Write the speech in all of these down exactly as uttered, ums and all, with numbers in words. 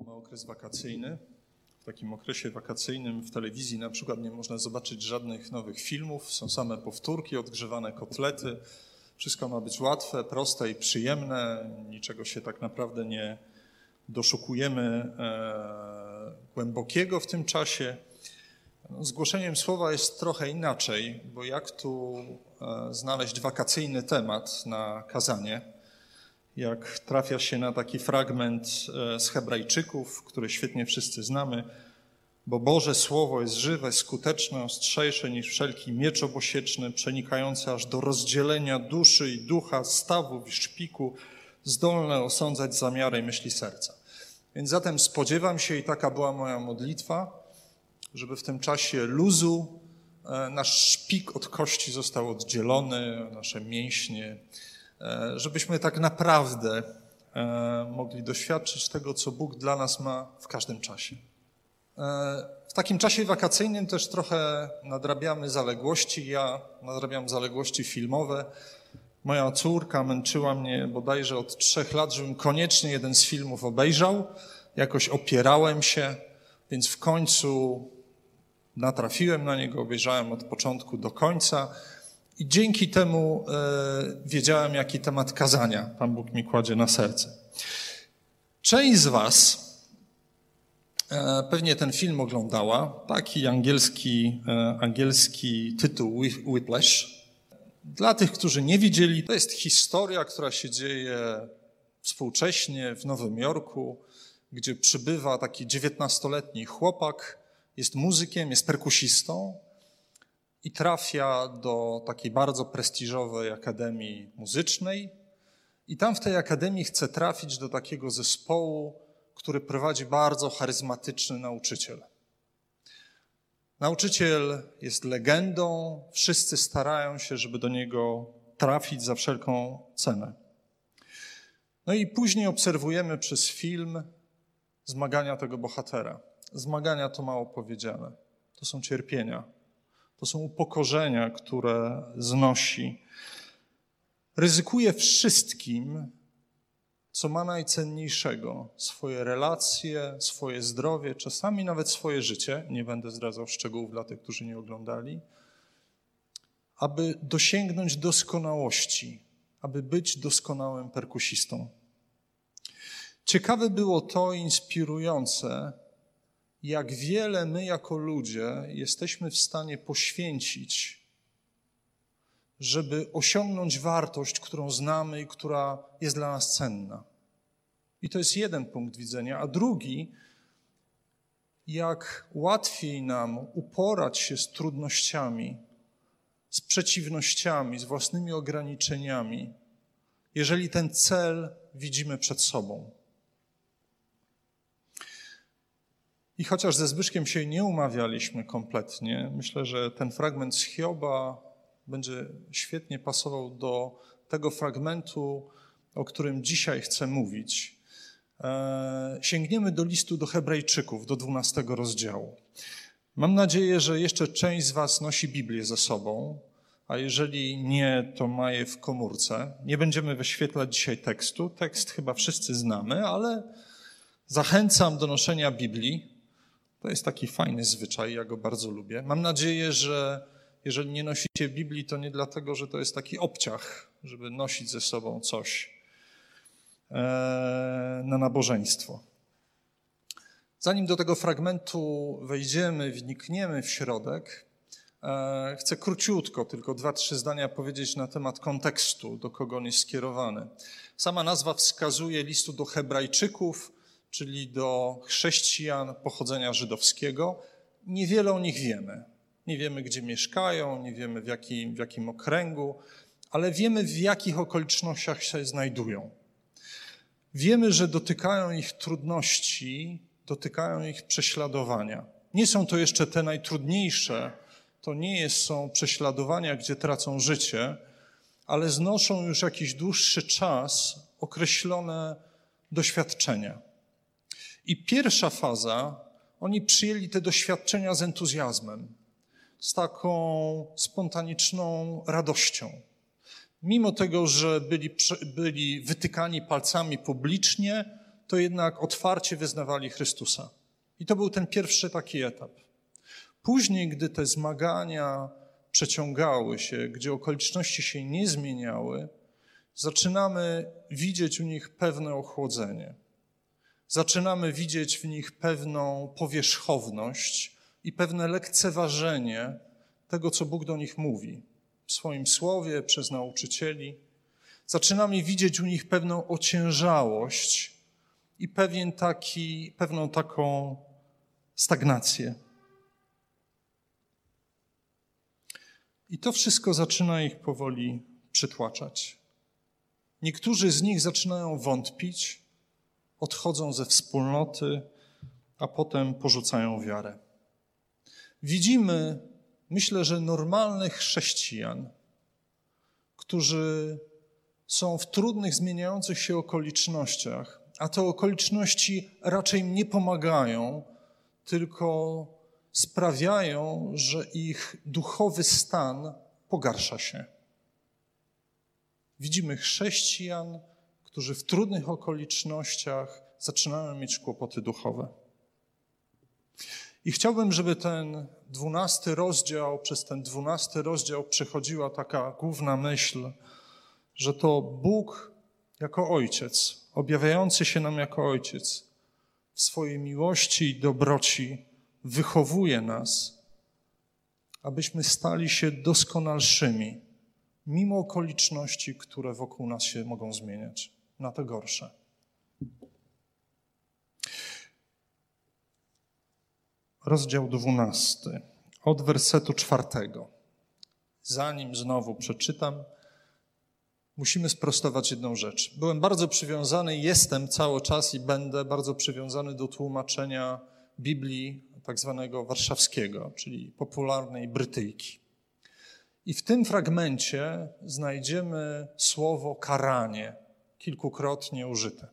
Mamy okres wakacyjny. W takim okresie wakacyjnym w telewizji na przykład nie można zobaczyć żadnych nowych filmów. Są same powtórki, odgrzewane kotlety. Wszystko ma być łatwe, proste i przyjemne. Niczego się tak naprawdę nie doszukujemy e, głębokiego w tym czasie. No, z głoszeniem słowa jest trochę inaczej, bo jak tu e, znaleźć wakacyjny temat na kazanie? Jak trafia się na taki fragment z Hebrajczyków, który świetnie wszyscy znamy, bo Boże Słowo jest żywe, skuteczne, ostrzejsze niż wszelki miecz obosieczny, przenikające aż do rozdzielenia duszy i ducha, stawów i szpiku, zdolne osądzać zamiary i myśli serca. Więc zatem spodziewam się, i taka była moja modlitwa, żeby w tym czasie luzu nasz szpik od kości został oddzielony, nasze mięśnie, żebyśmy tak naprawdę mogli doświadczyć tego, co Bóg dla nas ma w każdym czasie. W takim czasie wakacyjnym też trochę nadrabiamy zaległości. Ja nadrabiam zaległości filmowe. Moja córka męczyła mnie bodajże od trzech lat, żebym koniecznie jeden z filmów obejrzał. Jakoś opierałem się, więc w końcu natrafiłem na niego, obejrzałem od początku do końca. I dzięki temu e, wiedziałem, jaki temat kazania Pan Bóg mi kładzie na serce. Część z was e, pewnie ten film oglądała. Taki angielski, e, angielski tytuł Whiplash. Dla tych, którzy nie widzieli, to jest historia, która się dzieje współcześnie w Nowym Jorku, gdzie przybywa taki dziewiętnastoletni chłopak, jest muzykiem, jest perkusistą, i trafia do takiej bardzo prestiżowej akademii muzycznej i tam w tej akademii chce trafić do takiego zespołu, który prowadzi bardzo charyzmatyczny nauczyciel. Nauczyciel jest legendą, wszyscy starają się, żeby do niego trafić za wszelką cenę. No i później obserwujemy przez film zmagania tego bohatera. Zmagania to mało powiedziane, to są cierpienia. To są upokorzenia, które znosi. Ryzykuje wszystkim, co ma najcenniejszego. Swoje relacje, swoje zdrowie, czasami nawet swoje życie. Nie będę zdradzał szczegółów dla tych, którzy nie oglądali. Aby dosięgnąć doskonałości, aby być doskonałym perkusistą. Ciekawe było to, inspirujące, jak wiele my jako ludzie jesteśmy w stanie poświęcić, żeby osiągnąć wartość, którą znamy i która jest dla nas cenna. I to jest jeden punkt widzenia. A drugi, jak łatwiej nam uporać się z trudnościami, z przeciwnościami, z własnymi ograniczeniami, jeżeli ten cel widzimy przed sobą. I chociaż ze Zbyszkiem się nie umawialiśmy kompletnie, myślę, że ten fragment z Hioba będzie świetnie pasował do tego fragmentu, o którym dzisiaj chcę mówić. E, sięgniemy do listu do Hebrajczyków, do dwunastego rozdziału. Mam nadzieję, że jeszcze część z was nosi Biblię ze sobą, a jeżeli nie, to ma je w komórce. Nie będziemy wyświetlać dzisiaj tekstu. Tekst chyba wszyscy znamy, ale zachęcam do noszenia Biblii. To jest taki fajny zwyczaj, ja go bardzo lubię. Mam nadzieję, że jeżeli nie nosicie Biblii, to nie dlatego, że to jest taki obciach, żeby nosić ze sobą coś na nabożeństwo. Zanim do tego fragmentu wejdziemy, wnikniemy w środek, chcę króciutko, tylko dwa, trzy zdania powiedzieć na temat kontekstu, do kogo on jest skierowany. Sama nazwa wskazuje listu do Hebrajczyków, czyli do chrześcijan pochodzenia żydowskiego. Niewiele o nich wiemy. Nie wiemy, gdzie mieszkają, nie wiemy, w jakim, w jakim okręgu, ale wiemy, w jakich okolicznościach się znajdują. Wiemy, że dotykają ich trudności, dotykają ich prześladowania. Nie są to jeszcze te najtrudniejsze, to nie jest, są prześladowania, gdzie tracą życie, ale znoszą już jakiś dłuższy czas określone doświadczenia. I pierwsza faza, oni przyjęli te doświadczenia z entuzjazmem, z taką spontaniczną radością. Mimo tego, że byli, byli wytykani palcami publicznie, to jednak otwarcie wyznawali Chrystusa. I to był ten pierwszy taki etap. Później, gdy te zmagania przeciągały się, gdzie okoliczności się nie zmieniały, zaczynamy widzieć u nich pewne ochłodzenie. Zaczynamy widzieć w nich pewną powierzchowność i pewne lekceważenie tego, co Bóg do nich mówi w swoim słowie, przez nauczycieli. Zaczynamy widzieć u nich pewną ociężałość i pewien taki, pewną taką stagnację. I to wszystko zaczyna ich powoli przytłaczać. Niektórzy z nich zaczynają wątpić, odchodzą ze wspólnoty, a potem porzucają wiarę. Widzimy, myślę, że normalnych chrześcijan, którzy są w trudnych, zmieniających się okolicznościach, a te okoliczności raczej im nie pomagają, tylko sprawiają, że ich duchowy stan pogarsza się. Widzimy chrześcijan, którzy w trudnych okolicznościach zaczynają mieć kłopoty duchowe. I chciałbym, żeby ten dwunasty rozdział, przez ten dwunasty rozdział przechodziła taka główna myśl, że to Bóg jako Ojciec, objawiający się nam jako Ojciec, w swojej miłości i dobroci wychowuje nas, abyśmy stali się doskonalszymi, mimo okoliczności, które wokół nas się mogą zmieniać na te gorsze. Rozdział dwunasty, od wersetu czwartego. Zanim znowu przeczytam, musimy sprostować jedną rzecz. Byłem bardzo przywiązany, jestem cały czas i będę bardzo przywiązany do tłumaczenia Biblii tak zwanego warszawskiego, czyli popularnej Brytyjki. I w tym fragmencie znajdziemy słowo karanie, kilkukrotnie użyte.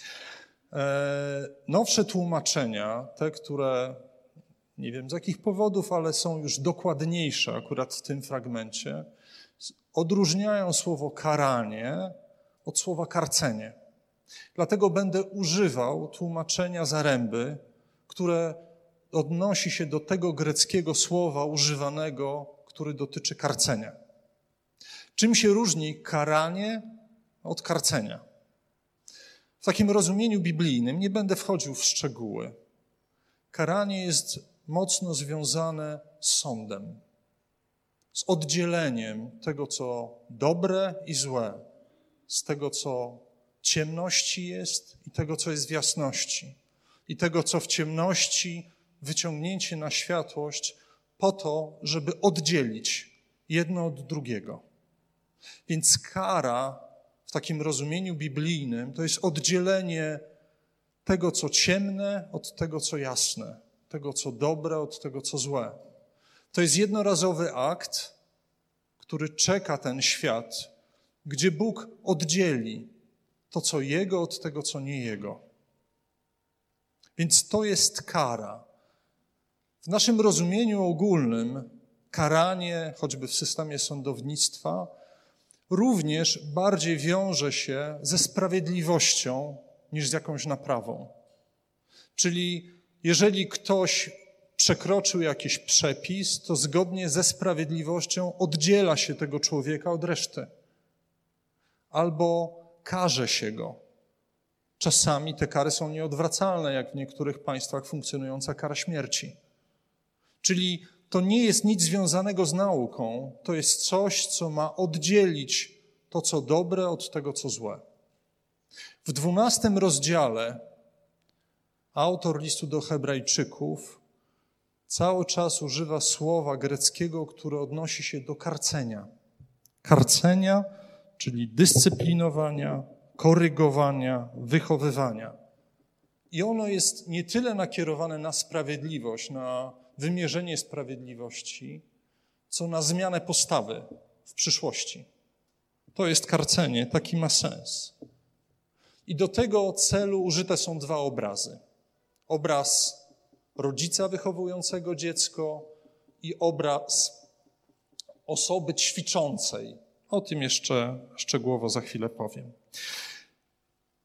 Nowsze tłumaczenia, te, które nie wiem z jakich powodów, ale są już dokładniejsze akurat w tym fragmencie, odróżniają słowo karanie od słowa karcenie. Dlatego będę używał tłumaczenia Zaręby, które odnosi się do tego greckiego słowa używanego, który dotyczy karcenia. Czym się różni karanie od karcenia? W takim rozumieniu biblijnym, nie będę wchodził w szczegóły, karanie jest mocno związane z sądem, z oddzieleniem tego, co dobre i złe, z tego, co ciemności jest i tego, co jest w jasności, i tego, co w ciemności, wyciągnięcie na światłość po to, żeby oddzielić jedno od drugiego. Więc kara w takim rozumieniu biblijnym to jest oddzielenie tego, co ciemne od tego, co jasne, tego, co dobre od tego, co złe. To jest jednorazowy akt, który czeka ten świat, gdzie Bóg oddzieli to, co Jego, od tego, co nie Jego. Więc to jest kara. W naszym rozumieniu ogólnym karanie, choćby w systemie sądownictwa, również bardziej wiąże się ze sprawiedliwością niż z jakąś naprawą. Czyli jeżeli ktoś przekroczył jakiś przepis, to zgodnie ze sprawiedliwością oddziela się tego człowieka od reszty. Albo karze się go. Czasami te kary są nieodwracalne, jak w niektórych państwach funkcjonująca kara śmierci. Czyli to nie jest nic związanego z nauką, to jest coś, co ma oddzielić to, co dobre, od tego, co złe. W dwunastym rozdziale autor listu do Hebrajczyków cały czas używa słowa greckiego, które odnosi się do karcenia. Karcenia, czyli dyscyplinowania, korygowania, wychowywania. I ono jest nie tyle nakierowane na sprawiedliwość, na wymierzenie sprawiedliwości, co na zmianę postawy w przyszłości. To jest karcenie, taki ma sens. I do tego celu użyte są dwa obrazy. Obraz rodzica wychowującego dziecko i obraz osoby ćwiczącej. O tym jeszcze szczegółowo za chwilę powiem.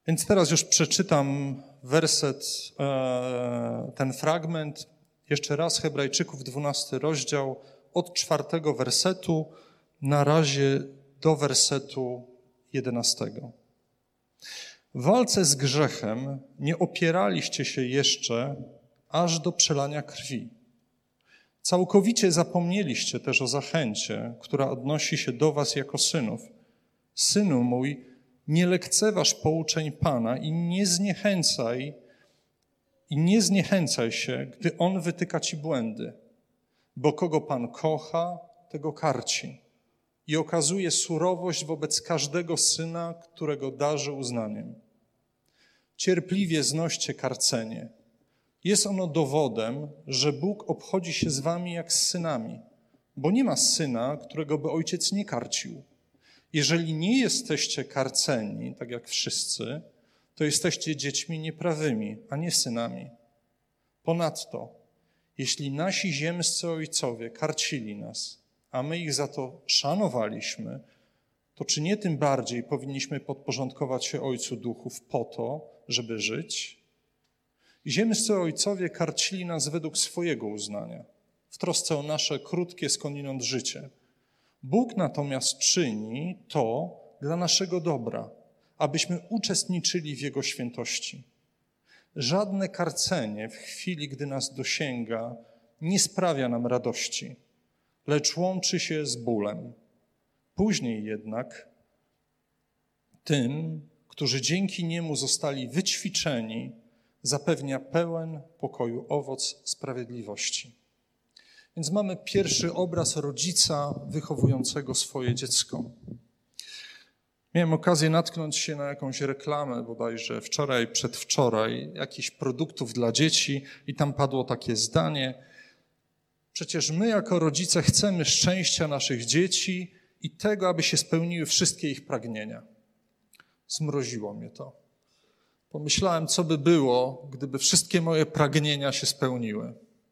Więc teraz już przeczytam werset, ten fragment. Jeszcze raz Hebrajczyków, dwunasty rozdział, od czwartego wersetu na razie do wersetu jedenastego. W walce z grzechem nie opieraliście się jeszcze aż do przelania krwi. Całkowicie zapomnieliście też o zachęcie, która odnosi się do was jako synów. Synu mój, nie lekceważ pouczeń Pana i nie zniechęcaj, i nie zniechęcaj się, gdy On wytyka ci błędy, bo kogo Pan kocha, tego karci i okazuje surowość wobec każdego syna, którego darzy uznaniem. Cierpliwie znoście karcenie. Jest ono dowodem, że Bóg obchodzi się z wami jak z synami, bo nie ma syna, którego by ojciec nie karcił. Jeżeli nie jesteście karceni, tak jak wszyscy, to jesteście dziećmi nieprawymi, a nie synami. Ponadto, jeśli nasi ziemscy ojcowie karcili nas, a my ich za to szanowaliśmy, to czy nie tym bardziej powinniśmy podporządkować się Ojcu Duchów po to, żeby żyć? Ziemscy ojcowie karcili nas według swojego uznania, w trosce o nasze krótkie skądinąd życie. Bóg natomiast czyni to dla naszego dobra, abyśmy uczestniczyli w Jego świętości. Żadne karcenie w chwili, gdy nas dosięga, nie sprawia nam radości, lecz łączy się z bólem. Później jednak tym, którzy dzięki niemu zostali wyćwiczeni, zapewnia pełen pokoju owoc sprawiedliwości. Więc mamy pierwszy obraz rodzica wychowującego swoje dziecko. Miałem okazję natknąć się na jakąś reklamę bodajże wczoraj, przedwczoraj, jakichś produktów dla dzieci i tam padło takie zdanie: przecież my jako rodzice chcemy szczęścia naszych dzieci i tego, aby się spełniły wszystkie ich pragnienia. Zmroziło mnie to. Pomyślałem, co by było, gdyby wszystkie moje pragnienia się spełniły.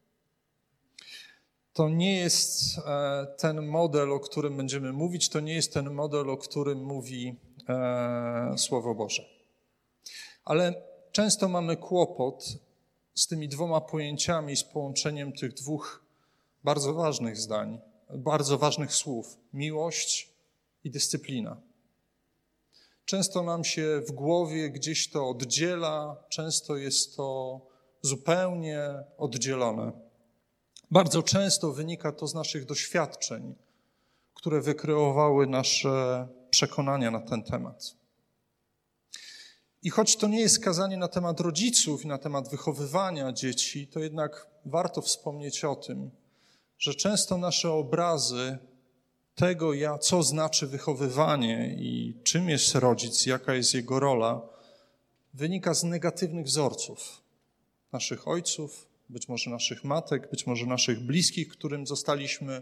To nie jest ten model, o którym będziemy mówić, to nie jest ten model, o którym mówi e, Słowo Boże. Ale często mamy kłopot z tymi dwoma pojęciami, z połączeniem tych dwóch bardzo ważnych zdań, bardzo ważnych słów: miłość i dyscyplina. Często nam się w głowie gdzieś to oddziela, często jest to zupełnie oddzielone. Bardzo często wynika to z naszych doświadczeń, które wykreowały nasze przekonania na ten temat. I choć to nie jest kazanie na temat rodziców i na temat wychowywania dzieci, to jednak warto wspomnieć o tym, że często nasze obrazy tego, co znaczy wychowywanie i czym jest rodzic, jaka jest jego rola, wynika z negatywnych wzorców naszych ojców, być może naszych matek, być może naszych bliskich, którym zostaliśmy.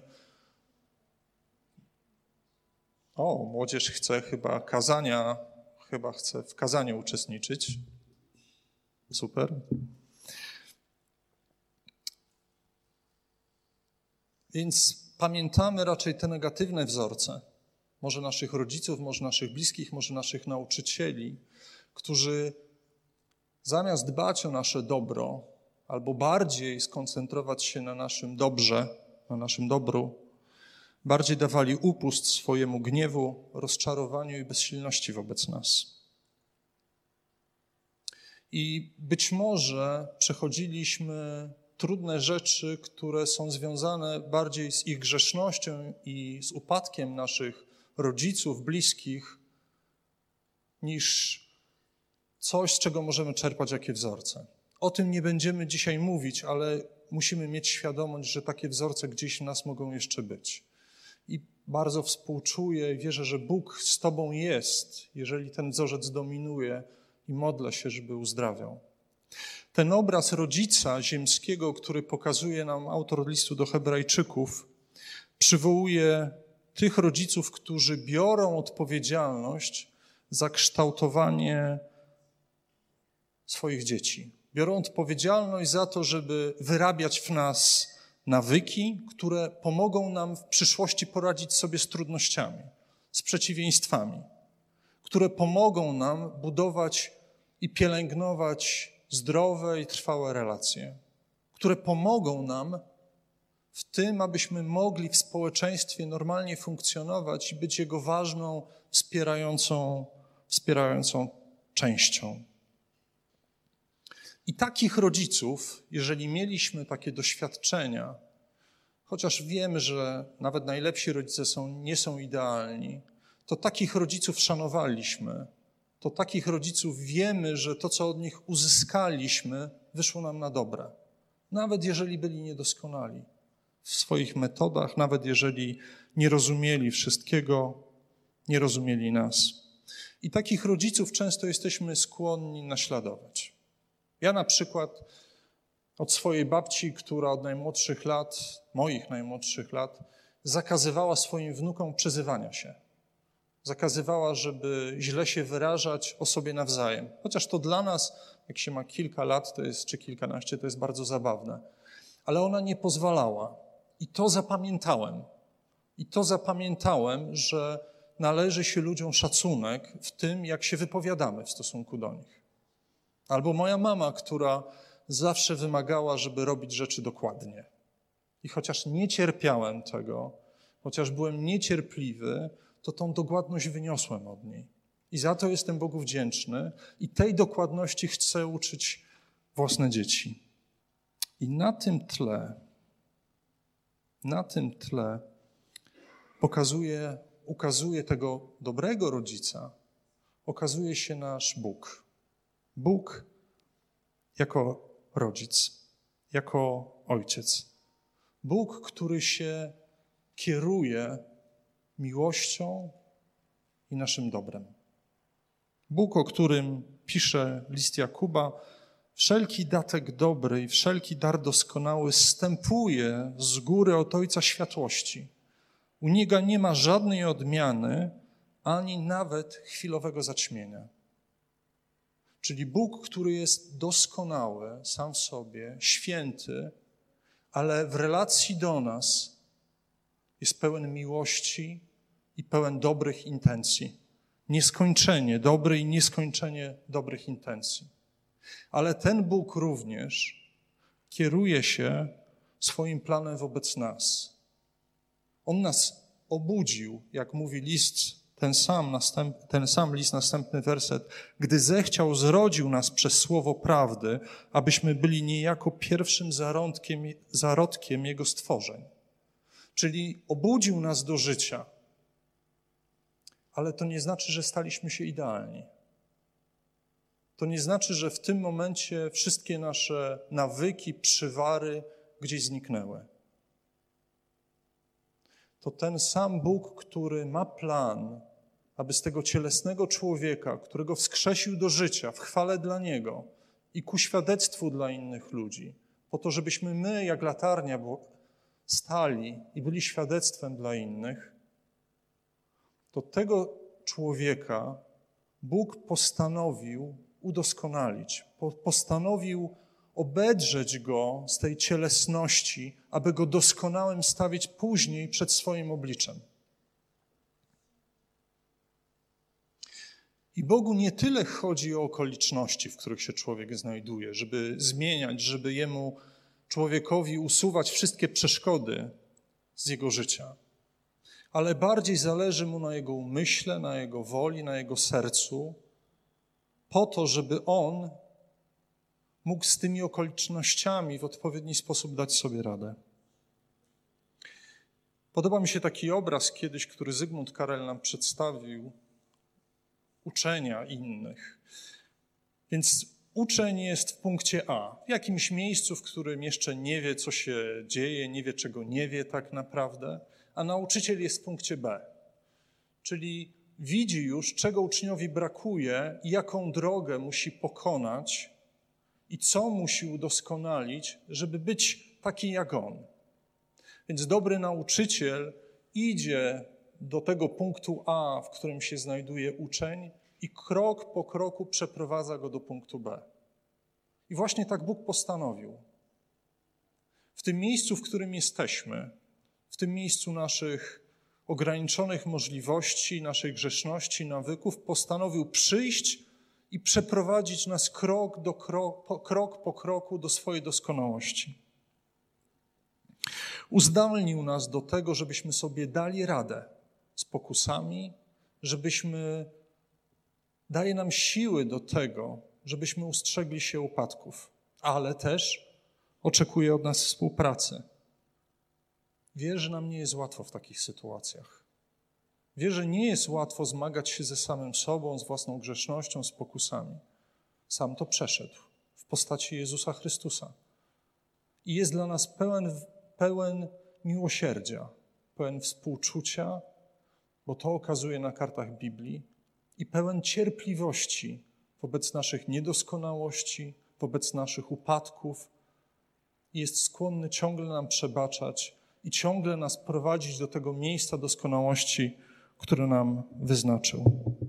O, młodzież chce chyba kazania, chyba chce w kazaniu uczestniczyć. Super. Więc pamiętamy raczej te negatywne wzorce, może naszych rodziców, może naszych bliskich, może naszych nauczycieli, którzy zamiast dbać o nasze dobro, albo bardziej skoncentrować się na naszym dobrze, na naszym dobru, bardziej dawali upust swojemu gniewu, rozczarowaniu i bezsilności wobec nas. I być może przechodziliśmy trudne rzeczy, które są związane bardziej z ich grzesznością i z upadkiem naszych rodziców, bliskich, niż coś, z czego możemy czerpać jakie wzorce. O tym nie będziemy dzisiaj mówić, ale musimy mieć świadomość, że takie wzorce gdzieś w nas mogą jeszcze być. I bardzo współczuję i wierzę, że Bóg z tobą jest, jeżeli ten wzorzec dominuje, i modlę się, żeby uzdrawiał. Ten obraz rodzica ziemskiego, który pokazuje nam autor listu do Hebrajczyków, przywołuje tych rodziców, którzy biorą odpowiedzialność za kształtowanie swoich dzieci. Biorą odpowiedzialność za to, żeby wyrabiać w nas nawyki, które pomogą nam w przyszłości poradzić sobie z trudnościami, z przeciwieństwami, które pomogą nam budować i pielęgnować zdrowe i trwałe relacje, które pomogą nam w tym, abyśmy mogli w społeczeństwie normalnie funkcjonować i być jego ważną, wspierającą, wspierającą częścią. I takich rodziców, jeżeli mieliśmy takie doświadczenia, chociaż wiemy, że nawet najlepsi rodzice są, nie są idealni, to takich rodziców szanowaliśmy, to takich rodziców wiemy, że to, co od nich uzyskaliśmy, wyszło nam na dobre. Nawet jeżeli byli niedoskonali w swoich metodach, nawet jeżeli nie rozumieli wszystkiego, nie rozumieli nas. I takich rodziców często jesteśmy skłonni naśladować. Ja na przykład od swojej babci, która od najmłodszych lat, moich najmłodszych lat, zakazywała swoim wnukom przezywania się. Zakazywała, żeby źle się wyrażać o sobie nawzajem. Chociaż to dla nas, jak się ma kilka lat, to jest, czy kilkanaście, to jest bardzo zabawne. Ale ona nie pozwalała. I to zapamiętałem. I to zapamiętałem, że należy się ludziom szacunek w tym, jak się wypowiadamy w stosunku do nich. Albo moja mama, która zawsze wymagała, żeby robić rzeczy dokładnie. I chociaż nie cierpiałem tego, chociaż byłem niecierpliwy, to tą dokładność wyniosłem od niej. I za to jestem Bogu wdzięczny i tej dokładności chcę uczyć własne dzieci. I na tym tle, na tym tle pokazuje, ukazuje tego dobrego rodzica, okazuje się nasz Bóg. Bóg jako rodzic, jako ojciec. Bóg, który się kieruje miłością i naszym dobrem. Bóg, o którym pisze list Jakuba, wszelki datek dobry i wszelki dar doskonały zstępuje z góry od Ojca światłości. U Niego nie ma żadnej odmiany, ani nawet chwilowego zaćmienia. Czyli Bóg, który jest doskonały sam w sobie, święty, ale w relacji do nas jest pełen miłości i pełen dobrych intencji. Nieskończenie dobrych i nieskończenie dobrych intencji. Ale ten Bóg również kieruje się swoim planem wobec nas. On nas obudził, jak mówi list, ten sam, następ, ten sam list, następny werset, gdy zechciał, zrodził nas przez słowo prawdy, abyśmy byli niejako pierwszym zarodkiem, zarodkiem Jego stworzeń. Czyli obudził nas do życia, ale to nie znaczy, że staliśmy się idealni. To nie znaczy, że w tym momencie wszystkie nasze nawyki, przywary gdzieś zniknęły. To ten sam Bóg, który ma plan, aby z tego cielesnego człowieka, którego wskrzesił do życia, w chwale dla Niego i ku świadectwu dla innych ludzi, po to, żebyśmy my, jak latarnia, stali i byli świadectwem dla innych, to tego człowieka Bóg postanowił udoskonalić, postanowił obedrzeć go z tej cielesności, aby go doskonałym stawić później przed swoim obliczem. I Bogu nie tyle chodzi o okoliczności, w których się człowiek znajduje, żeby zmieniać, żeby jemu, człowiekowi usuwać wszystkie przeszkody z jego życia, ale bardziej zależy mu na jego umyśle, na jego woli, na jego sercu, po to, żeby on mógł z tymi okolicznościami w odpowiedni sposób dać sobie radę. Podoba mi się taki obraz kiedyś, który Zygmunt Karel nam przedstawił, uczenia innych. Więc uczeń jest w punkcie A, w jakimś miejscu, w którym jeszcze nie wie, co się dzieje, nie wie, czego nie wie tak naprawdę, a nauczyciel jest w punkcie B, czyli widzi już, czego uczniowi brakuje i jaką drogę musi pokonać i co musi udoskonalić, żeby być taki jak on. Więc dobry nauczyciel idzie do tego punktu A, w którym się znajduje uczeń i krok po kroku przeprowadza go do punktu B. I właśnie tak Bóg postanowił. W tym miejscu, w którym jesteśmy, w tym miejscu naszych ograniczonych możliwości, naszej grzeszności, nawyków, postanowił przyjść i przeprowadzić nas krok, do krok, po, krok po kroku do swojej doskonałości. Uzdolnił nas do tego, żebyśmy sobie dali radę z pokusami, żebyśmy, daje nam siły do tego, żebyśmy ustrzegli się upadków, ale też oczekuje od nas współpracy. Wie, że nam nie jest łatwo w takich sytuacjach. Wie, że nie jest łatwo zmagać się ze samym sobą, z własną grzesznością, z pokusami. Sam to przeszedł w postaci Jezusa Chrystusa. I jest dla nas pełen, pełen miłosierdzia, pełen współczucia, bo to okazuje na kartach Biblii, i pełen cierpliwości wobec naszych niedoskonałości, wobec naszych upadków. I jest skłonny ciągle nam przebaczać i ciągle nas prowadzić do tego miejsca doskonałości, które nam wyznaczył.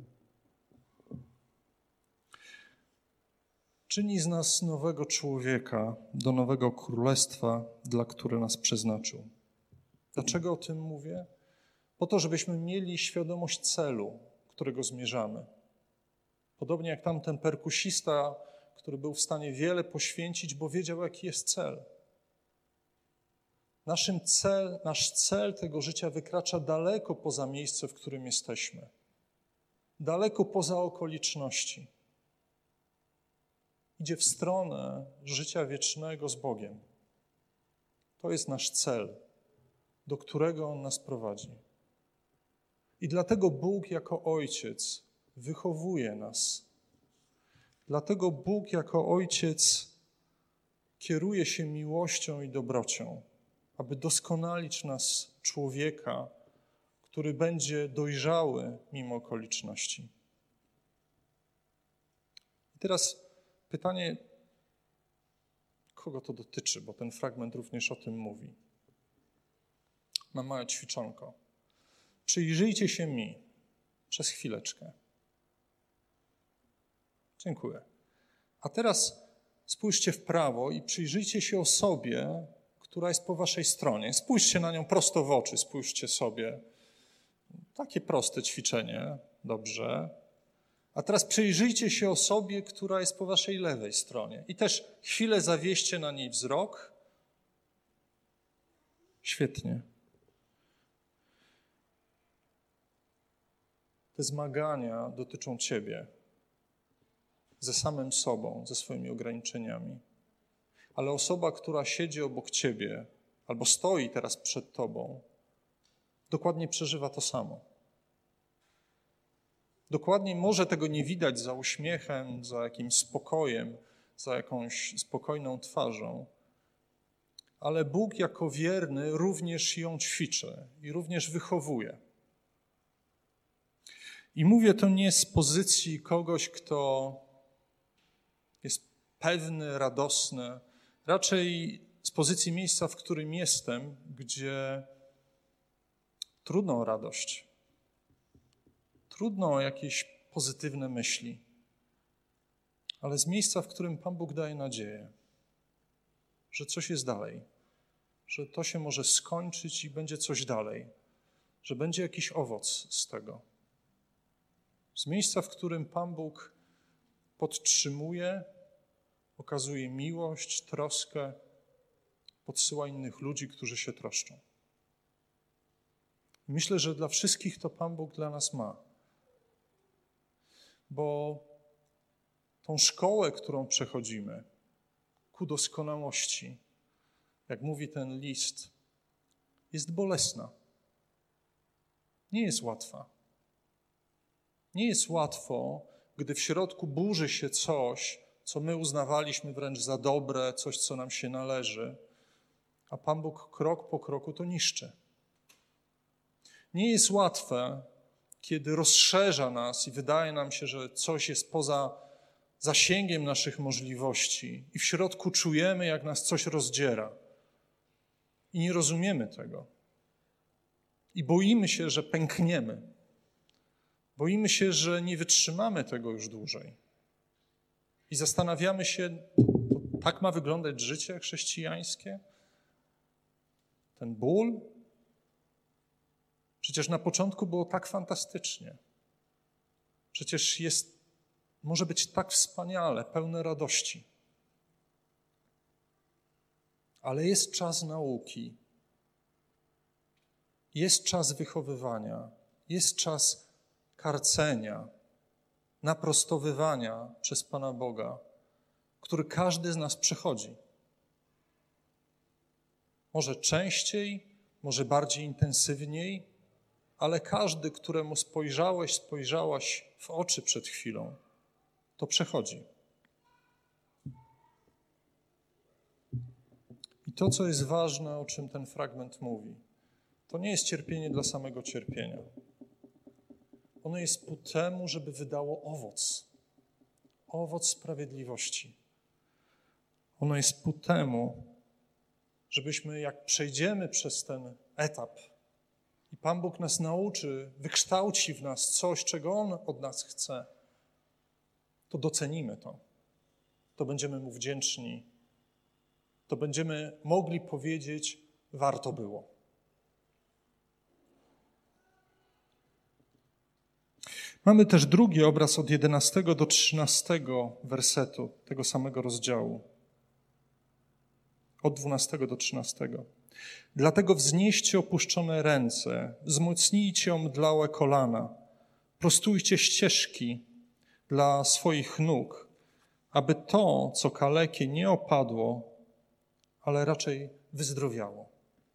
Czyni z nas nowego człowieka do nowego królestwa, dla którego nas przeznaczył. Dlaczego o tym mówię? Po to, żebyśmy mieli świadomość celu, którego zmierzamy. Podobnie jak tamten perkusista, który był w stanie wiele poświęcić, bo wiedział, jaki jest cel. Naszym cel, nasz cel tego życia wykracza daleko poza miejsce, w którym jesteśmy. Daleko poza okoliczności. Idzie w stronę życia wiecznego z Bogiem. To jest nasz cel, do którego On nas prowadzi. I dlatego Bóg jako Ojciec wychowuje nas. Dlatego Bóg jako Ojciec kieruje się miłością i dobrocią, aby doskonalić nas człowieka, który będzie dojrzały mimo okoliczności. I teraz pytanie, kogo to dotyczy, bo ten fragment również o tym mówi. Mam małe ćwiczonko. Przyjrzyjcie się mi przez chwileczkę. Dziękuję. A teraz spójrzcie w prawo i przyjrzyjcie się osobie, która jest po waszej stronie. Spójrzcie na nią prosto w oczy, spójrzcie sobie. Takie proste ćwiczenie, dobrze. A teraz przyjrzyjcie się osobie, która jest po waszej lewej stronie. I też chwilę zawieście na niej wzrok. Świetnie. Te zmagania dotyczą ciebie, ze samym sobą, ze swoimi ograniczeniami. Ale osoba, która siedzi obok ciebie albo stoi teraz przed tobą, dokładnie przeżywa to samo. Dokładnie może tego nie widać za uśmiechem, za jakimś spokojem, za jakąś spokojną twarzą, ale Bóg jako wierny również ją ćwiczy i również wychowuje. I mówię to nie z pozycji kogoś, kto jest pewny, radosny, raczej z pozycji miejsca, w którym jestem, gdzie trudno o radość, trudno o jakieś pozytywne myśli, ale z miejsca, w którym Pan Bóg daje nadzieję, że coś jest dalej, że to się może skończyć i będzie coś dalej, że będzie jakiś owoc z tego. Z miejsca, w którym Pan Bóg podtrzymuje, okazuje miłość, troskę, podsyła innych ludzi, którzy się troszczą. Myślę, że dla wszystkich to Pan Bóg dla nas ma. Bo tą szkołę, którą przechodzimy ku doskonałości, jak mówi ten list, jest bolesna. Nie jest łatwa. Nie jest łatwo, gdy w środku burzy się coś, co my uznawaliśmy wręcz za dobre, coś, co nam się należy, a Pan Bóg krok po kroku to niszczy. Nie jest łatwe, kiedy rozszerza nas i wydaje nam się, że coś jest poza zasięgiem naszych możliwości i w środku czujemy, jak nas coś rozdziera. I nie rozumiemy tego. I boimy się, że pękniemy. Boimy się, że nie wytrzymamy tego już dłużej. I zastanawiamy się, to tak ma wyglądać życie chrześcijańskie? Ten ból? Przecież na początku było tak fantastycznie. Przecież jest może być tak wspaniale, pełne radości. Ale jest czas nauki, jest czas wychowywania, jest czas karcenia, naprostowywania przez Pana Boga, który każdy z nas przechodzi. Może częściej, może bardziej intensywniej, ale każdy, któremu spojrzałeś, spojrzałaś w oczy przed chwilą, to przechodzi. I to, co jest ważne, o czym ten fragment mówi, to nie jest cierpienie dla samego cierpienia. Ono jest ku temu, żeby wydało owoc. Owoc sprawiedliwości. Ono jest ku temu, żebyśmy jak przejdziemy przez ten etap i Pan Bóg nas nauczy, wykształci w nas coś, czego On od nas chce, to docenimy to. To będziemy Mu wdzięczni. To będziemy mogli powiedzieć, warto było. Mamy też drugi obraz od jedenastego do trzynastego wersetu tego samego rozdziału. Od dwunastego do trzynastego. Dlatego wznieście opuszczone ręce, wzmocnijcie omdlałe kolana, prostujcie ścieżki dla swoich nóg, aby to, co kalekie, nie opadło, ale raczej wyzdrowiało.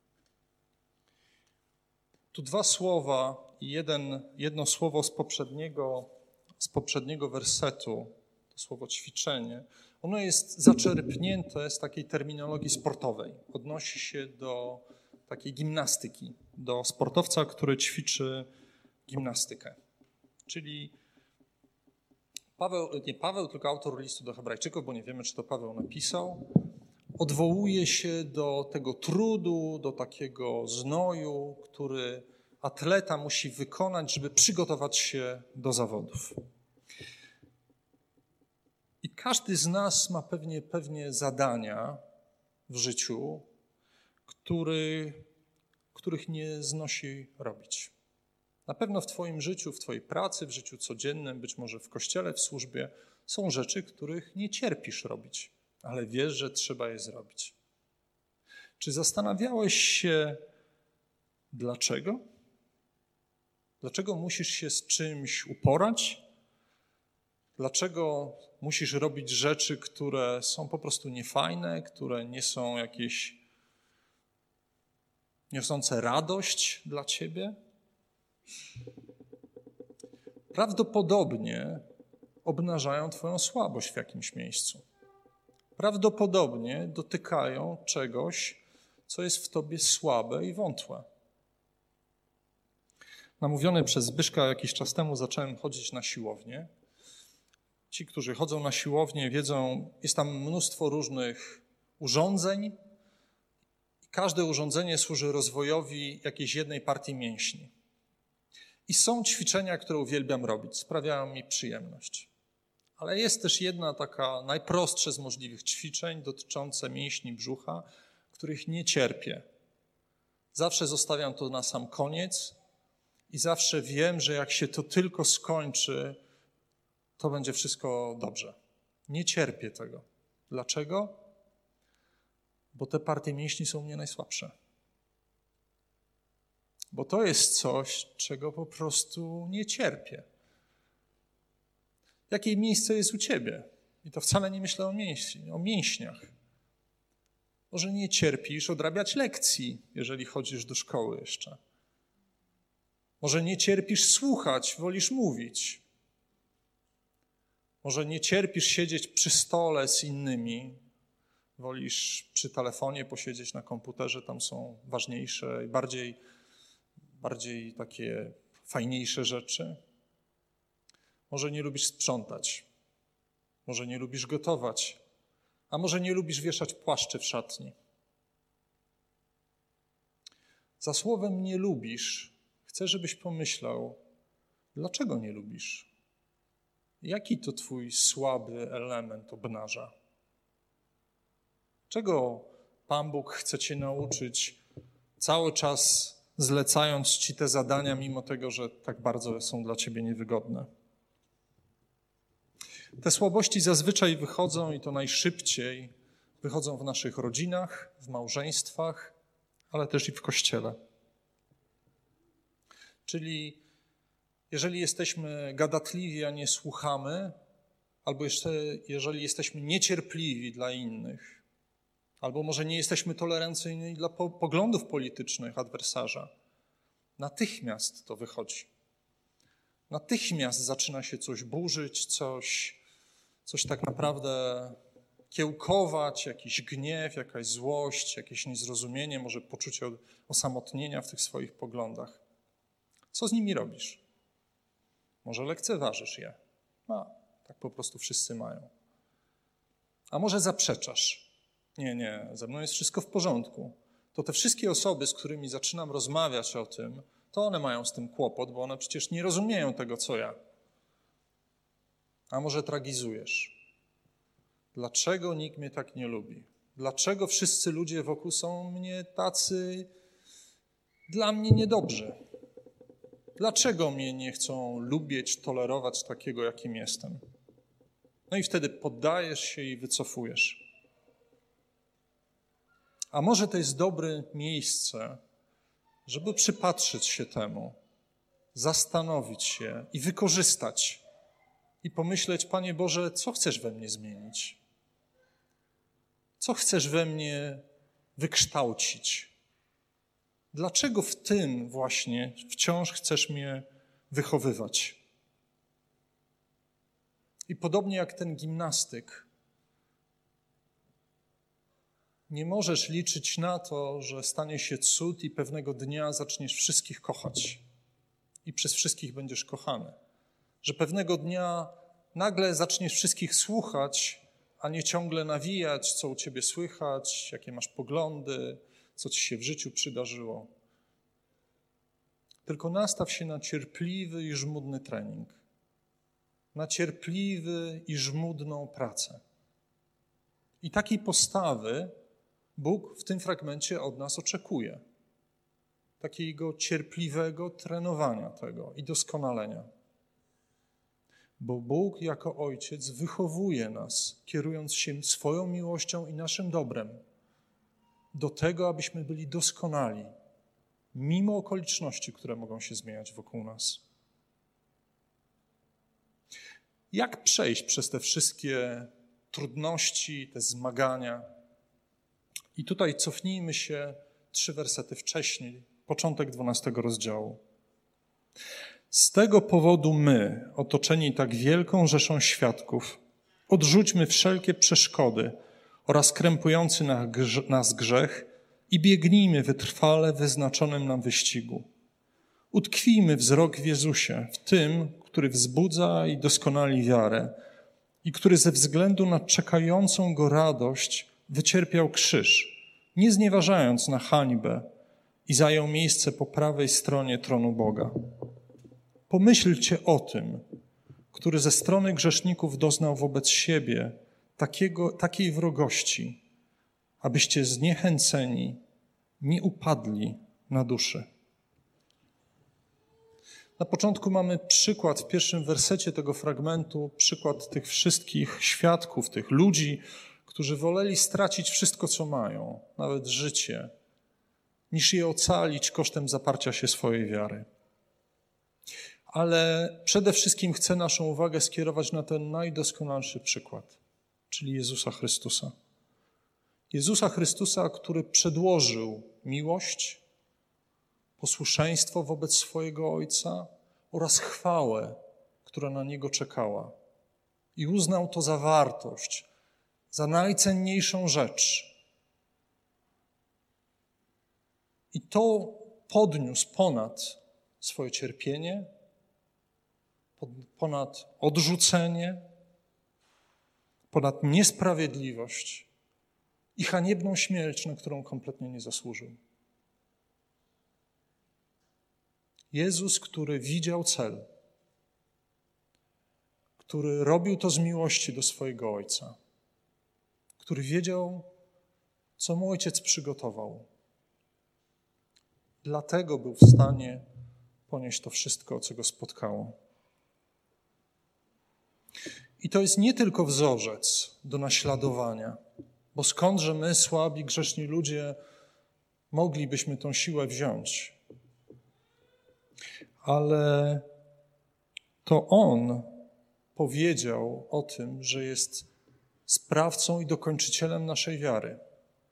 Tu dwa słowa i jeden, jedno słowo z poprzedniego, z poprzedniego wersetu, to słowo ćwiczenie, ono jest zaczerpnięte z takiej terminologii sportowej. Odnosi się do takiej gimnastyki, do sportowca, który ćwiczy gimnastykę. Czyli Paweł, nie Paweł, tylko autor listu do Hebrajczyków, bo nie wiemy, czy to Paweł napisał, odwołuje się do tego trudu, do takiego znoju, który atleta musi wykonać, żeby przygotować się do zawodów. I każdy z nas ma pewnie, pewnie zadania w życiu, który, których nie znosi robić. Na pewno w twoim życiu, w twojej pracy, w życiu codziennym, być może w kościele, w służbie, są rzeczy, których nie cierpisz robić, ale wiesz, że trzeba je zrobić. Czy zastanawiałeś się, dlaczego? Dlaczego musisz się z czymś uporać? Dlaczego musisz robić rzeczy, które są po prostu niefajne, które nie są jakieś niosące radość dla ciebie? Prawdopodobnie obnażają twoją słabość w jakimś miejscu. Prawdopodobnie dotykają czegoś, co jest w tobie słabe i wątłe. Namówiony przez Zbyszka jakiś czas temu zacząłem chodzić na siłownię. Ci, którzy chodzą na siłownię, wiedzą, jest tam mnóstwo różnych urządzeń. Każde urządzenie służy rozwojowi jakiejś jednej partii mięśni. I są ćwiczenia, które uwielbiam robić, sprawiają mi przyjemność. Ale jest też jedna taka najprostsze z możliwych ćwiczeń dotyczące mięśni brzucha, których nie cierpię. Zawsze zostawiam to na sam koniec i zawsze wiem, że jak się to tylko skończy, to będzie wszystko dobrze. Nie cierpię tego. Dlaczego? Bo te partie mięśni są u mnie najsłabsze. Bo to jest coś, czego po prostu nie cierpię. Jakie miejsce jest u ciebie? I to wcale nie myślę o, mięśni, o mięśniach. Może nie cierpisz odrabiać lekcji, jeżeli chodzisz do szkoły jeszcze. Może nie cierpisz słuchać, wolisz mówić. Może nie cierpisz siedzieć przy stole z innymi, wolisz przy telefonie posiedzieć na komputerze, tam są ważniejsze i bardziej, bardziej takie fajniejsze rzeczy. Może nie lubisz sprzątać, może nie lubisz gotować, a może nie lubisz wieszać płaszczy w szatni. Za słowem nie lubisz chcę, żebyś pomyślał, dlaczego nie lubisz? Jaki to twój słaby element obnaża? Czego Pan Bóg chce cię nauczyć, cały czas zlecając ci te zadania, mimo tego, że tak bardzo są dla ciebie niewygodne? Te słabości zazwyczaj wychodzą i to najszybciej wychodzą w naszych rodzinach, w małżeństwach, ale też i w Kościele. Czyli jeżeli jesteśmy gadatliwi, a nie słuchamy, albo jeszcze jeżeli jesteśmy niecierpliwi dla innych, albo może nie jesteśmy tolerancyjni dla po- poglądów politycznych adwersarza, natychmiast to wychodzi. Natychmiast zaczyna się coś burzyć, coś, coś tak naprawdę kiełkować, jakiś gniew, jakaś złość, jakieś niezrozumienie, może poczucie osamotnienia w tych swoich poglądach. Co z nimi robisz? Może lekceważysz je? No, tak po prostu wszyscy mają. A może zaprzeczasz? Nie, nie, ze mną jest wszystko w porządku. To te wszystkie osoby, z którymi zaczynam rozmawiać o tym, to one mają z tym kłopot, bo one przecież nie rozumieją tego, co ja. A może tragizujesz? Dlaczego nikt mnie tak nie lubi? Dlaczego wszyscy ludzie wokół są mnie tacy dla mnie niedobrzy? Dlaczego mnie nie chcą lubić, tolerować takiego, jakim jestem? No i wtedy poddajesz się i wycofujesz. A może to jest dobre miejsce, żeby przypatrzyć się temu, zastanowić się i wykorzystać i pomyśleć, Panie Boże, co chcesz we mnie zmienić? Co chcesz we mnie wykształcić? Dlaczego w tym właśnie wciąż chcesz mnie wychowywać? I podobnie jak ten gimnastyk, nie możesz liczyć na to, że stanie się cud i pewnego dnia zaczniesz wszystkich kochać i przez wszystkich będziesz kochany. Że pewnego dnia nagle zaczniesz wszystkich słuchać, a nie ciągle nawijać, co u ciebie słychać, jakie masz poglądy, co ci się w życiu przydarzyło. Tylko nastaw się na cierpliwy i żmudny trening, na cierpliwy i żmudną pracę. I takiej postawy Bóg w tym fragmencie od nas oczekuje. Takiego cierpliwego trenowania tego i doskonalenia. Bo Bóg jako Ojciec wychowuje nas, kierując się swoją miłością i naszym dobrem, do tego, abyśmy byli doskonali, mimo okoliczności, które mogą się zmieniać wokół nas. Jak przejść przez te wszystkie trudności, te zmagania? I tutaj cofnijmy się trzy wersety wcześniej, początek dwunastego rozdziału. Z tego powodu my, otoczeni tak wielką rzeszą świadków, odrzućmy wszelkie przeszkody oraz krępujący nas grzech i biegnijmy wytrwale w wyznaczonym nam wyścigu. Utkwijmy wzrok w Jezusie, w tym, który wzbudza i doskonali wiarę i który ze względu na czekającą go radość wycierpiał krzyż, nie znieważając na hańbę i zajął miejsce po prawej stronie tronu Boga. Pomyślcie o tym, który ze strony grzeszników doznał wobec siebie takiego, takiej wrogości, abyście zniechęceni nie upadli na duszy. Na początku mamy przykład w pierwszym wersecie tego fragmentu, przykład tych wszystkich świadków, tych ludzi, którzy woleli stracić wszystko, co mają, nawet życie, niż je ocalić kosztem zaparcia się swojej wiary. Ale przede wszystkim chcę naszą uwagę skierować na ten najdoskonalszy przykład, czyli Jezusa Chrystusa. Jezusa Chrystusa, który przedłożył miłość, posłuszeństwo wobec swojego Ojca oraz chwałę, która na Niego czekała. I uznał to za wartość, za najcenniejszą rzecz. I to podniósł ponad swoje cierpienie, ponad odrzucenie, ponad niesprawiedliwość i haniebną śmierć, na którą kompletnie nie zasłużył. Jezus, który widział cel, który robił to z miłości do swojego Ojca, który wiedział, co mu Ojciec przygotował. Dlatego był w stanie ponieść to wszystko, co go spotkało. I to jest nie tylko wzorzec do naśladowania, bo skądże my, słabi, grzeszni ludzie, moglibyśmy tą siłę wziąć. Ale to On powiedział o tym, że jest sprawcą i dokończycielem naszej wiary.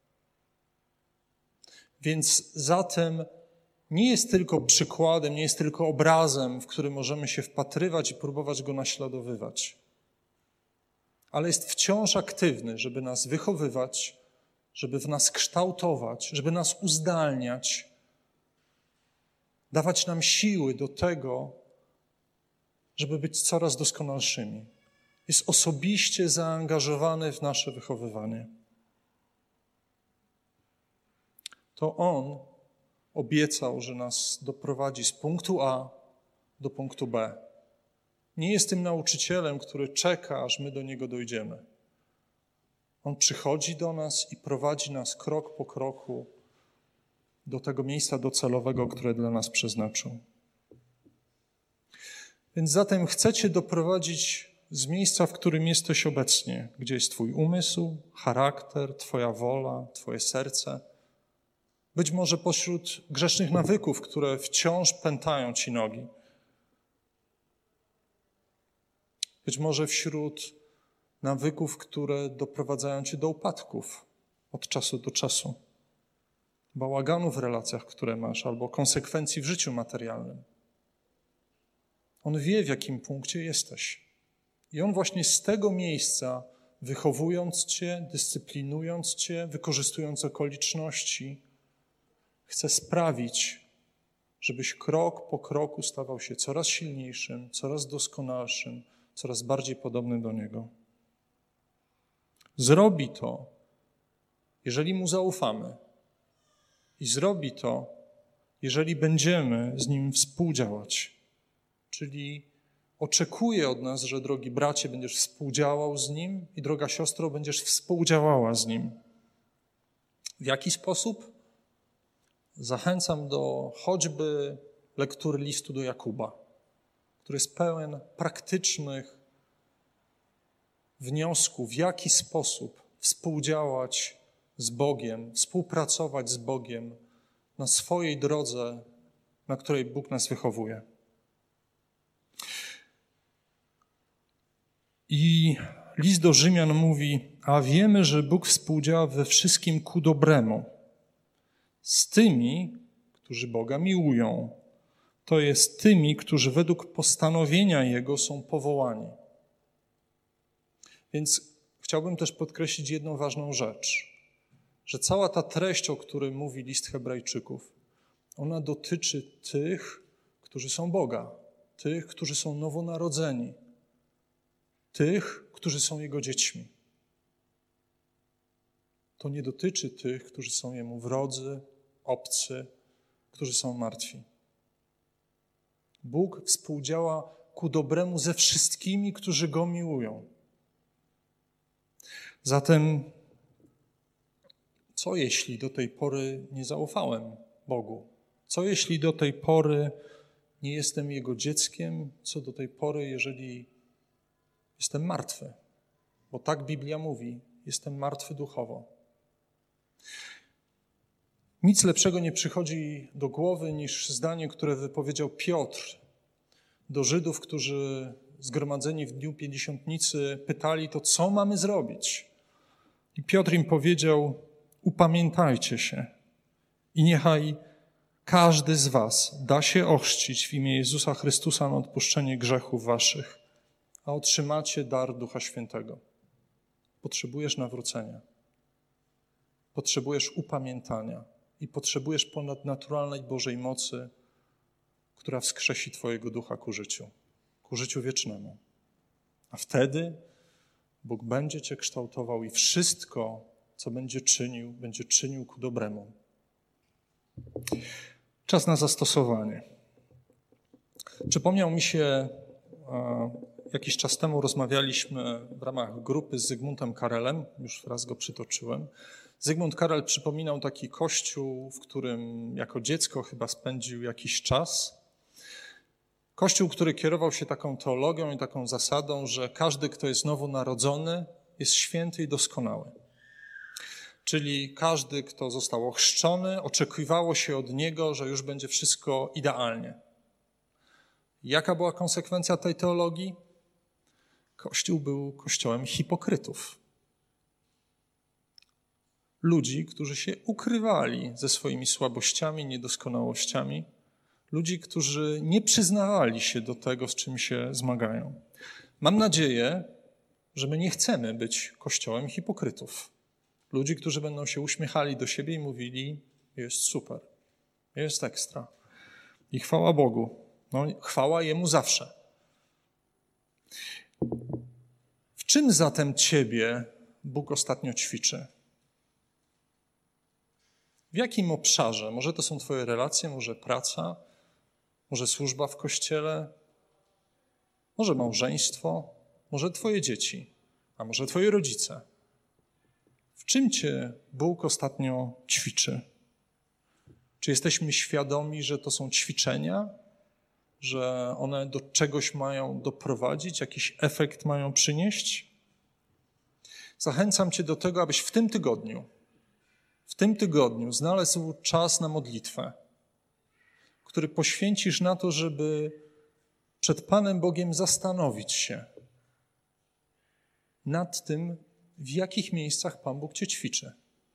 Więc zatem nie jest tylko przykładem, nie jest tylko obrazem, w który możemy się wpatrywać i próbować go naśladowywać, ale jest wciąż aktywny, żeby nas wychowywać, żeby w nas kształtować, żeby nas uzdalniać, dawać nam siły do tego, żeby być coraz doskonalszymi. Jest osobiście zaangażowany w nasze wychowywanie. To On obiecał, że nas doprowadzi z punktu A do punktu B. Nie jest tym nauczycielem, który czeka, aż my do Niego dojdziemy. On przychodzi do nas i prowadzi nas krok po kroku do tego miejsca docelowego, które dla nas przeznaczył. Więc zatem chcę Cię doprowadzić z miejsca, w którym jesteś obecnie, gdzie jest Twój umysł, charakter, Twoja wola, Twoje serce. Być może pośród grzesznych nawyków, które wciąż pętają Ci nogi. Być może wśród nawyków, które doprowadzają Cię do upadków od czasu do czasu. Bałaganu w relacjach, które masz, albo konsekwencji w życiu materialnym. On wie, w jakim punkcie jesteś. I On właśnie z tego miejsca, wychowując Cię, dyscyplinując Cię, wykorzystując okoliczności, chce sprawić, żebyś krok po kroku stawał się coraz silniejszym, coraz doskonalszym, coraz bardziej podobnym do Niego. Zrobi to, jeżeli Mu zaufamy. I zrobi to, jeżeli będziemy z Nim współdziałać. Czyli oczekuje od nas, że drogi bracie, będziesz współdziałał z Nim i droga siostro, będziesz współdziałała z Nim. W jaki sposób? Zachęcam do choćby lektury listu do Jakuba, który jest pełen praktycznych wniosków, w jaki sposób współdziałać z Bogiem, współpracować z Bogiem na swojej drodze, na której Bóg nas wychowuje. I list do Rzymian mówi, a wiemy, że Bóg współdziała we wszystkim ku dobremu z tymi, którzy Boga miłują. To jest tymi, którzy według postanowienia Jego są powołani. Więc chciałbym też podkreślić jedną ważną rzecz, że cała ta treść, o której mówi list Hebrajczyków, ona dotyczy tych, którzy są Boga, tych, którzy są nowonarodzeni, tych, którzy są Jego dziećmi. To nie dotyczy tych, którzy są Jemu wrodzy, obcy, którzy są martwi. Bóg współdziała ku dobremu ze wszystkimi, którzy Go miłują. Zatem, co jeśli do tej pory nie zaufałem Bogu? Co jeśli do tej pory nie jestem Jego dzieckiem? Co do tej pory, jeżeli jestem martwy? Bo tak Biblia mówi, jestem martwy duchowo. Nic lepszego nie przychodzi do głowy niż zdanie, które wypowiedział Piotr do Żydów, którzy zgromadzeni w dniu Pięćdziesiątnicy pytali, to co mamy zrobić? I Piotr im powiedział, upamiętajcie się i niechaj każdy z was da się ochrzcić w imię Jezusa Chrystusa na odpuszczenie grzechów waszych, a otrzymacie dar Ducha Świętego. Potrzebujesz nawrócenia. Potrzebujesz upamiętania i potrzebujesz ponadnaturalnej Bożej mocy, która wskrzesi twojego ducha ku życiu, ku życiu wiecznemu. A wtedy Bóg będzie cię kształtował i wszystko, co będzie czynił, będzie czynił ku dobremu. Czas na zastosowanie. Przypomniał mi się, jakiś czas temu rozmawialiśmy w ramach grupy z Zygmuntem Karelem, już raz go przytoczyłem. Zygmunt Karel przypominał taki kościół, w którym jako dziecko chyba spędził jakiś czas. Kościół, który kierował się taką teologią i taką zasadą, że każdy, kto jest nowonarodzony, jest święty i doskonały. Czyli każdy, kto został ochrzczony, oczekiwało się od niego, że już będzie wszystko idealnie. Jaka była konsekwencja tej teologii? Kościół był kościołem hipokrytów. Ludzi, którzy się ukrywali ze swoimi słabościami, niedoskonałościami. Ludzi, którzy nie przyznawali się do tego, z czym się zmagają. Mam nadzieję, że my nie chcemy być kościołem hipokrytów. Ludzi, którzy będą się uśmiechali do siebie i mówili, jest super, jest ekstra. I chwała Bogu. No, chwała Jemu zawsze. W czym zatem Ciebie Bóg ostatnio ćwiczy? W jakim obszarze? Może to są Twoje relacje, może praca, może służba w kościele, może małżeństwo, może Twoje dzieci, a może Twoi rodzice. W czym Cię Bóg ostatnio ćwiczy? Czy jesteśmy świadomi, że to są ćwiczenia, że one do czegoś mają doprowadzić, jakiś efekt mają przynieść? Zachęcam Cię do tego, abyś w tym tygodniu, w tym tygodniu znalazł czas na modlitwę, który poświęcisz na to, żeby przed Panem Bogiem zastanowić się nad tym, w jakich miejscach Pan Bóg Cię ćwiczy.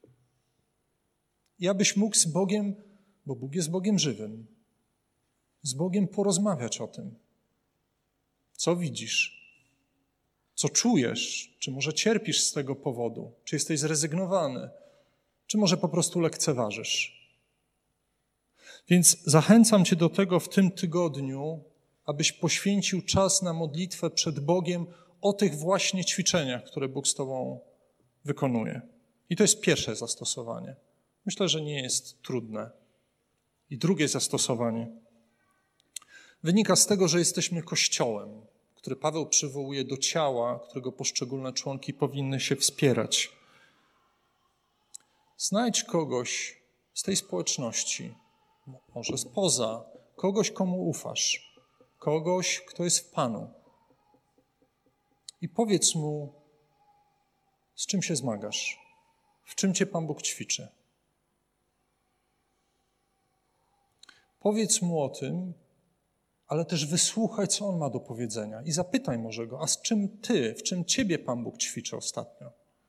I abyś mógł z Bogiem, bo Bóg jest Bogiem żywym, z Bogiem porozmawiać o tym, co widzisz, co czujesz, czy może cierpisz z tego powodu, czy jesteś zrezygnowany, czy może po prostu lekceważysz. Więc zachęcam Cię do tego w tym tygodniu, abyś poświęcił czas na modlitwę przed Bogiem o tych właśnie ćwiczeniach, które Bóg z Tobą wykonuje. I to jest pierwsze zastosowanie. Myślę, że nie jest trudne. I drugie zastosowanie wynika z tego, że jesteśmy Kościołem, który Paweł przywołuje do ciała, którego poszczególne członki powinny się wspierać. Znajdź kogoś z tej społeczności, może spoza, kogoś, komu ufasz, kogoś, kto jest w Panu. I powiedz mu, z czym się zmagasz, w czym Cię Pan Bóg ćwiczy. Powiedz mu o tym, ale też wysłuchaj, co on ma do powiedzenia i zapytaj może go, a z czym ty, w czym Ciebie Pan Bóg ćwiczy ostatnio?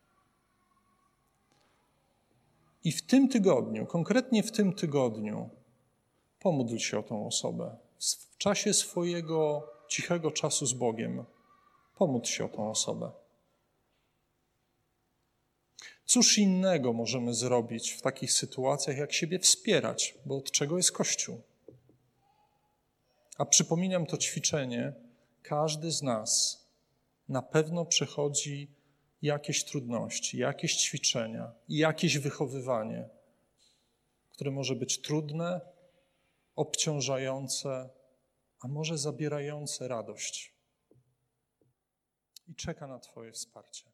I w tym tygodniu, konkretnie w tym tygodniu, pomódl się o tą osobę. W czasie swojego cichego czasu z Bogiem pomódl się o tą osobę. Cóż innego możemy zrobić w takich sytuacjach, jak siebie wspierać, bo od czego jest Kościół? A przypominam to ćwiczenie, każdy z nas na pewno przechodzi jakieś trudności, jakieś ćwiczenia, jakieś wychowywanie, które może być trudne, obciążające, a może zabierające radość. I czeka na Twoje wsparcie.